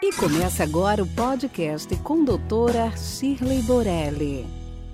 E começa agora o podcast com doutora Shirley Borelli.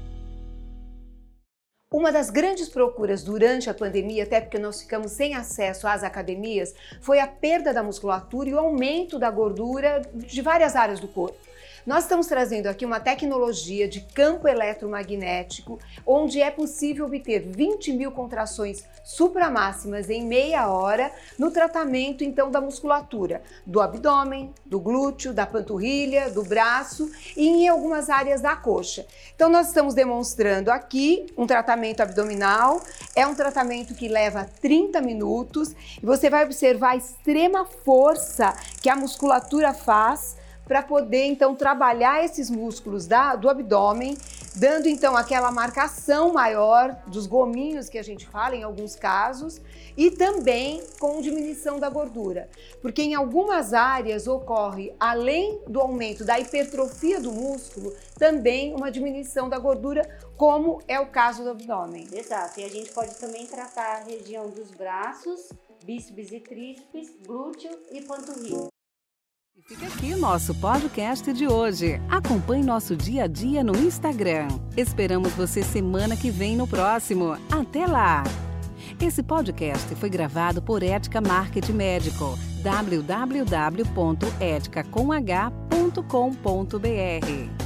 Uma das grandes procuras durante a pandemia, até porque nós ficamos sem acesso às academias, foi a perda da musculatura e o aumento da gordura de várias áreas do corpo. Nós estamos trazendo aqui uma tecnologia de campo eletromagnético, onde é possível obter 20 mil contrações supramáximas em meia hora no tratamento então da musculatura, do abdômen, do glúteo, da panturrilha, do braço e em algumas áreas da coxa. Então nós estamos demonstrando aqui um tratamento abdominal, é um tratamento que leva 30 minutos e você vai observar a extrema força que a musculatura faz para poder então trabalhar esses músculos do abdômen, dando então aquela marcação maior dos gominhos que a gente fala em alguns casos e também com diminuição da gordura, porque em algumas áreas ocorre, além do aumento da hipertrofia do músculo, também uma diminuição da gordura, como é o caso do abdômen. Exato, e a gente pode também tratar a região dos braços, bíceps e tríceps, glúteo e panturrilha. E fica aqui o nosso podcast de hoje. Acompanhe nosso dia a dia no Instagram. Esperamos você semana que vem no próximo. Até lá! Esse podcast foi gravado por Ética Marketing Médico. www.eticacomh.com.br